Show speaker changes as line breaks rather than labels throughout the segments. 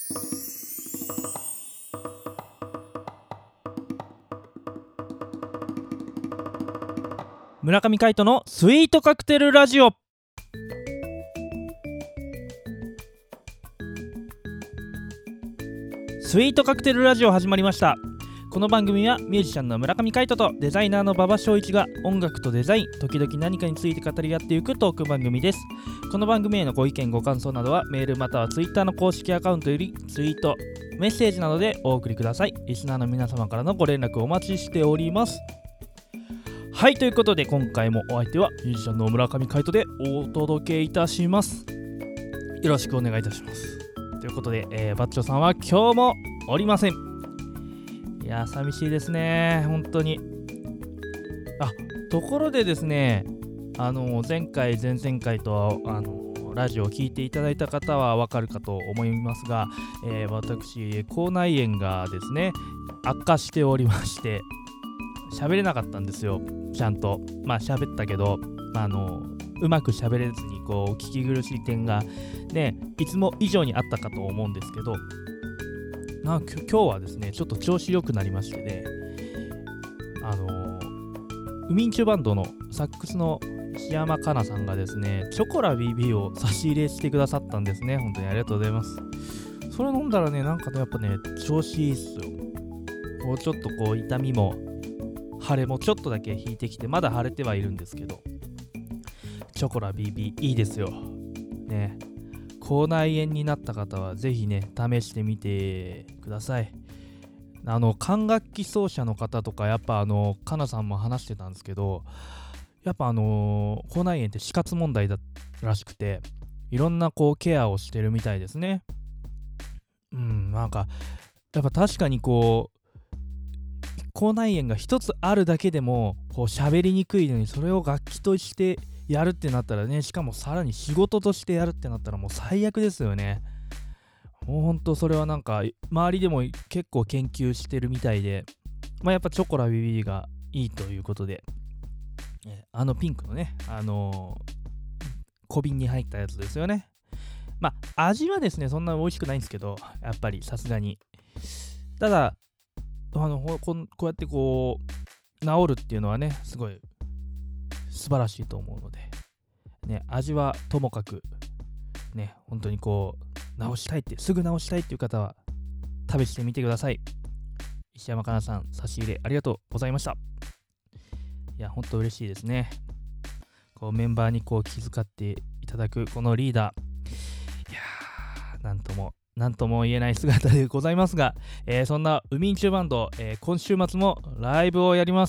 村上海人のスイートカクテルラジオ。スイートカクテルラジオ始まりました。この番組はミュージシャンの村上海人とデザイナーの馬場翔一が音楽とデザイン、時々何かについて語り合っていくトーク番組です。この番組へのご意見ご感想などはメールまたはツイッターの公式アカウントよりツイート、メッセージなどでお送りください。リスナーの皆様からのご連絡お待ちしております。はい、ということで今回もお相手はミュージシャンの村上海人でお届けいたします。よろしくお願いいたします。ということで、バッチョさんは今日もおりません。いや寂しいですね、本当に。ところでですね、前回前々回とラジオを聞いていただいた方はわかるかと思いますが、私口内炎がですね悪化しておりまして、喋れなかったんですよ。ちゃんと喋ったけどうまく喋れずに聞き苦しい点がねいつも以上にあったかと思うんですけど、今日はですねちょっと調子良くなりましてね、ウミンチュバンドのサックスの石山かなさんがですねチョコラ BB を差し入れしてくださったんですね。本当にありがとうございます。それ飲んだらねやっぱね調子いいっすよ。ちょっと痛みも腫れもちょっとだけ引いてきて、まだ腫れてはいるんですけど、チョコラ BB いいですよね。口内炎になった方はぜひね試してみてください。管楽器奏者の方とかやっぱかなさんも話してたんですけど、やっぱ口内炎って死活問題だらしくて、いろんなケアをしてるみたいですね。やっぱ確かに口内炎が一つあるだけでも喋りにくいのに、それを楽器としてやるってなったらね、しかもさらに仕事としてやるってなったらもう最悪ですよね。もうほんとそれは周りでも結構研究してるみたいで、やっぱチョコラ BB がいいということで、ピンクのね小瓶に入ったやつですよね。味はですねそんな美味しくないんですけど、やっぱりさすがにただこうやって治るっていうのはねすごい素晴らしいと思うのでね、味はともかくね、本当に治したいってすぐ治したいっていう方は試してみてください。石山かなさん差し入れありがとうございました。いや本当嬉しいですね。メンバーに気遣っていただくこのリーダー、いやなんとも言えない姿でございますが、そんなウミンチュバンド、今週末もライブをやります。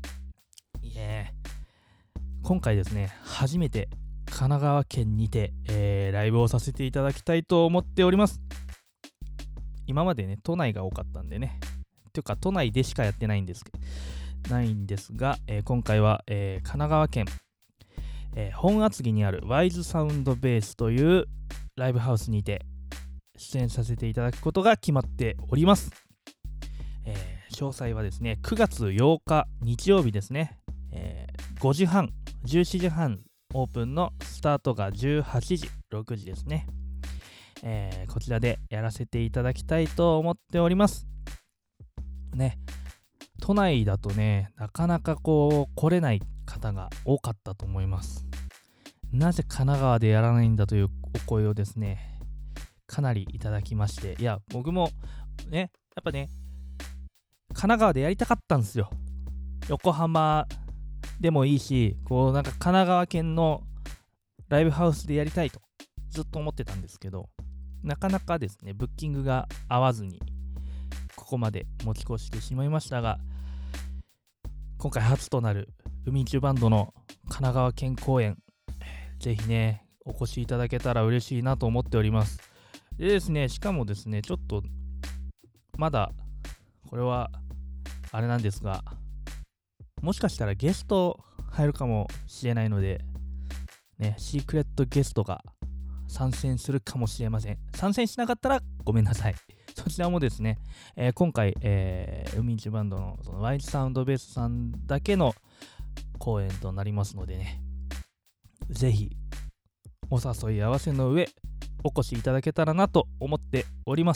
今回ですね初めて神奈川県にて、ライブをさせていただきたいと思っております。今までね都内が多かったんでね、というか都内でしかやってないんですが、今回は、神奈川県、本厚木にあるワイズサウンドベースというライブハウスにて出演させていただくことが決まっております。詳細はですね9月8日日曜日ですね、5時半17時半オープンのスタートが18時6時ですね、こちらでやらせていただきたいと思っておりますね。都内だとねなかなか来れない方が多かったと思います。なぜ神奈川でやらないんだというお声をですねかなりいただきまして、いや僕もねやっぱね神奈川でやりたかったんですよ。横浜でもいいし神奈川県のライブハウスでやりたいとずっと思ってたんですけど、なかなかですねブッキングが合わずにここまで持ち越してしまいましたが、今回初となるウミンチュバンドの神奈川県公演、ぜひねお越しいただけたら嬉しいなと思っております。でですね、しかもですねちょっとまだこれはあれなんですが、もしかしたらゲスト入るかもしれないのでね、シークレットゲストが参戦するかもしれません。参戦しなかったらごめんなさい。そちらもですね、今回、ウミンチュバンドのそのワイズサウンドベースさんだけの公演となりますのでね、ぜひお誘い合わせの上お越しいただけたらなと思っております。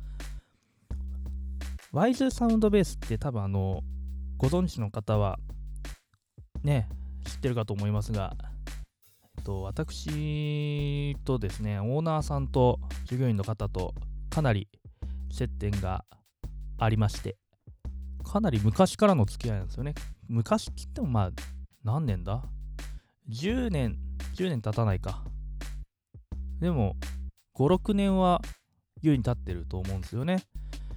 ワイズサウンドベースって多分ご存知の方はね知ってるかと思いますが、私とですねオーナーさんと従業員の方とかなり接点がありまして、かなり昔からの付き合いなんですよね。昔って言ってもまあ何年だ10年経たないか。でも5、6年は優に経ってると思うんですよね。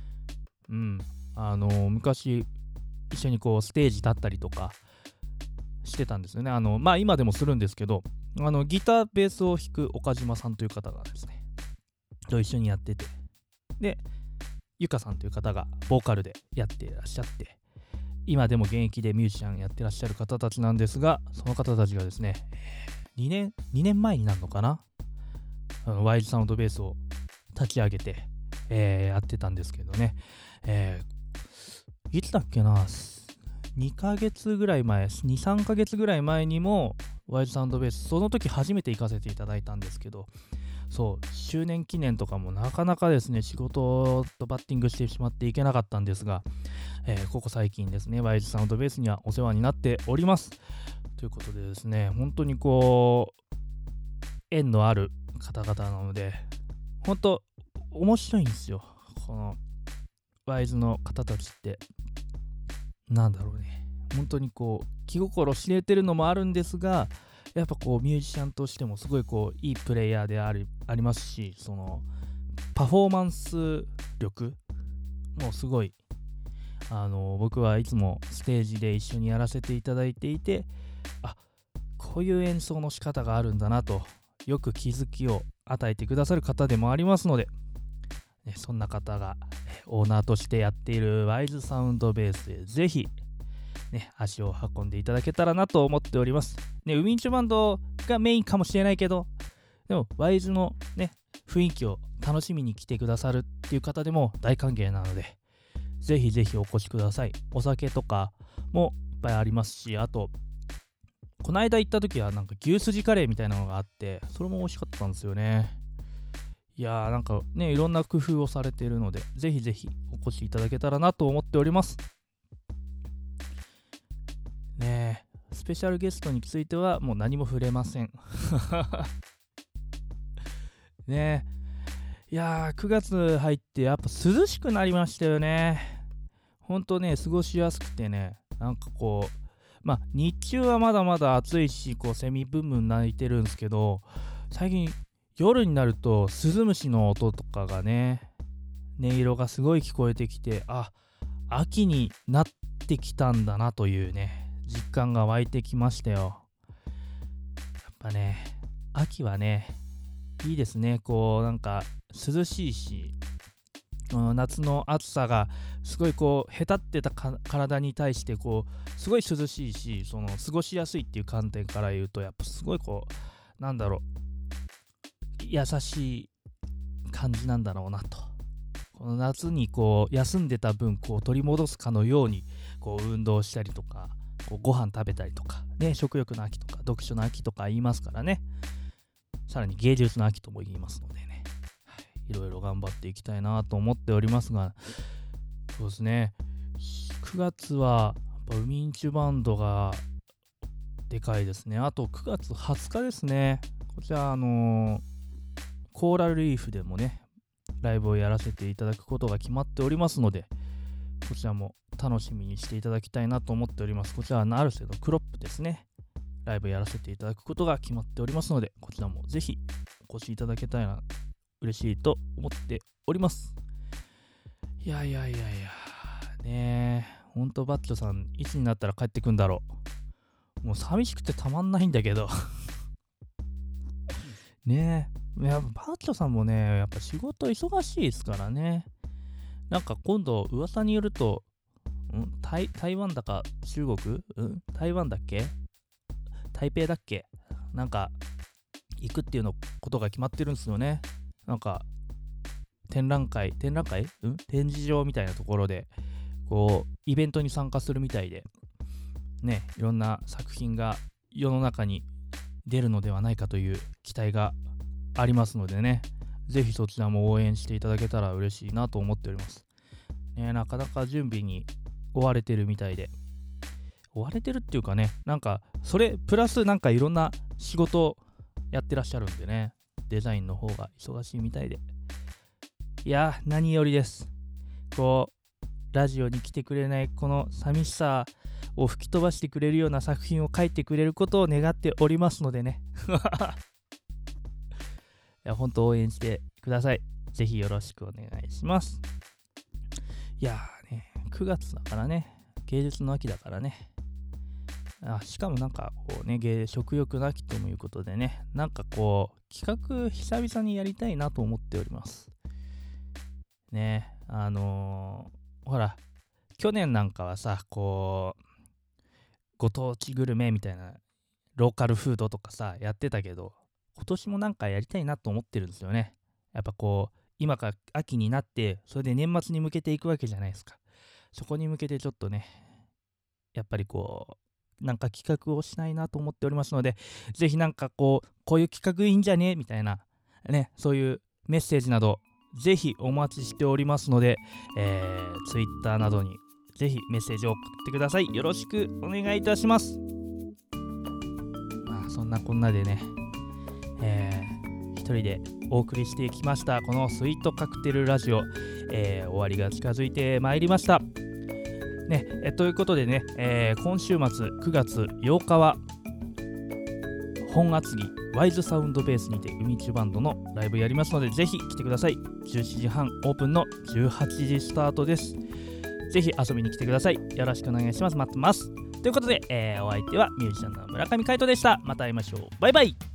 昔一緒にこうステージ立ったりとかしてたんですよね。今でもするんですけど、ギターベースを弾く岡島さんという方がですねと一緒にやってて、でゆかさんという方がボーカルでやってらっしゃって、今でも現役でミュージシャンやってらっしゃる方たちなんですが、その方たちがですね2年前になるのかな、ワイズサウンドベースを立ち上げて、やってたんですけどね、いつだっけな、2ヶ月ぐらい前、2、3ヶ月ぐらい前にもワイズサウンドベース、その時初めて行かせていただいたんですけど、そう周年記念とかもなかなかですね仕事とバッティングしてしまっていけなかったんですが、ここ最近ですねワイズサウンドベースにはお世話になっております。ということでですね、本当にこう縁のある方々なので、本当面白いんですよ。このワイズの方たちってなんだろうね、本当にこう気心知れてるのもあるんですが、やっぱこうミュージシャンとしてもすごいこういいプレイヤーでありますし、そのパフォーマンス力もすごい、僕はいつもステージで一緒にやらせていただいていて、こういう演奏の仕方があるんだなとよく気づきを与えてくださる方でもありますので、そんな方がオーナーとしてやっているワイズサウンドベースへぜひ足を運んでいただけたらなと思っております。ウィンチュバンドがメインかもしれないけど、でもワイズの雰囲気を楽しみに来てくださるっていう方でも大歓迎なので、ぜひぜひお越しください。お酒とかもいっぱいありますし、あとこの間行った時はなんか牛すじカレーみたいなのがあって、それも美味しかったんですよね。いやーなんかいろんな工夫をされているので、ぜひぜひお越しいただけたらなと思っております。スペシャルゲストについてはもう何も触れません。いやー9月入ってやっぱ涼しくなりましたよね。ほんと過ごしやすくてね、なんかこう日中はまだまだ暑いし、こうセミブンブン鳴いてるんですけど、最近夜になるとスズムシの音とかが音色がすごい聞こえてきて、秋になってきたんだなという実感が湧いてきましたよ。やっぱ秋はいいですね。こうなんか涼しいし、夏の暑さがすごいこうへたってた体に対してこうすごい涼しいし、その過ごしやすいっていう観点から言うと、やっぱすごいこうなんだろう、優しい感じなんだろうなと。この夏にこう休んでた分こう取り戻すかのようにこう運動したりとか、こうご飯食べたりとか食欲の秋とか読書の秋とか言いますからね。さらに芸術の秋とも言いますのでいろいろ頑張っていきたいなと思っておりますが、そうですね、9月はやっぱウミンチュバンドがでかいですね。あと9月20日ですね、こちらコーラルリーフでもライブをやらせていただくことが決まっておりますので、こちらも楽しみにしていただきたいなと思っております。こちらはナルセのクロップですね、ライブやらせていただくことが決まっておりますので、こちらもぜひお越しいただけたら嬉しいと思っております。いやほんとバッチョさんいつになったら帰ってくんだろう。もう寂しくてたまんないんだけどやっぱバッチョさんもやっぱ仕事忙しいですからね。なんか今度噂によると台湾だか中国台湾だっけ台北だっけ、なんか行くっていうのことが決まってるんですよね。なんか展示場みたいなところでこうイベントに参加するみたいでいろんな作品が世の中に出るのではないかという期待がありますのでね、ぜひそちらも応援していただけたら嬉しいなと思っております。ね、なかなか準備に追われてるみたいで、追われてるっていうかね、なんかそれプラスなんかいろんな仕事やってらっしゃるんでね、デザインの方が忙しいみたいで、いや何よりです。こうラジオに来てくれないこの寂しさを吹き飛ばしてくれるような作品を書いてくれることを願っておりますのでねいや本当応援してください。ぜひよろしくお願いします。いやーね、9月だからね、芸術の秋だからね、しかもなんかこうね、食欲の秋ということでね、なんかこう企画久々にやりたいなと思っておりますね。ほら去年なんかはさ、こうご当地グルメみたいなローカルフードとかさやってたけど、今年もなんかやりたいなと思ってるんですよね。やっぱこう今から秋になって、それで年末に向けていくわけじゃないですか。そこに向けてちょっとね、やっぱりこうなんか企画をしたいなと思っておりますので、ぜひなんかこういう企画いいんじゃねみたいなね、そういうメッセージなどぜひお待ちしておりますので、Twitter などにぜひメッセージを送ってください。よろしくお願いいたします。まあそんなこんなでね、一人でお送りしてきましたこのスイートカクテルラジオ、終わりが近づいてまいりましたね。ということでね、今週末9月8日は本厚木ワイズサウンドベースにて海中バンドのライブやりますので、ぜひ来てください。17時半オープンの18時スタートです。ぜひ遊びに来てください。よろしくお願いします。待ってます。ということで、お相手はミュージシャンの村上海人でした。また会いましょう。バイバイ。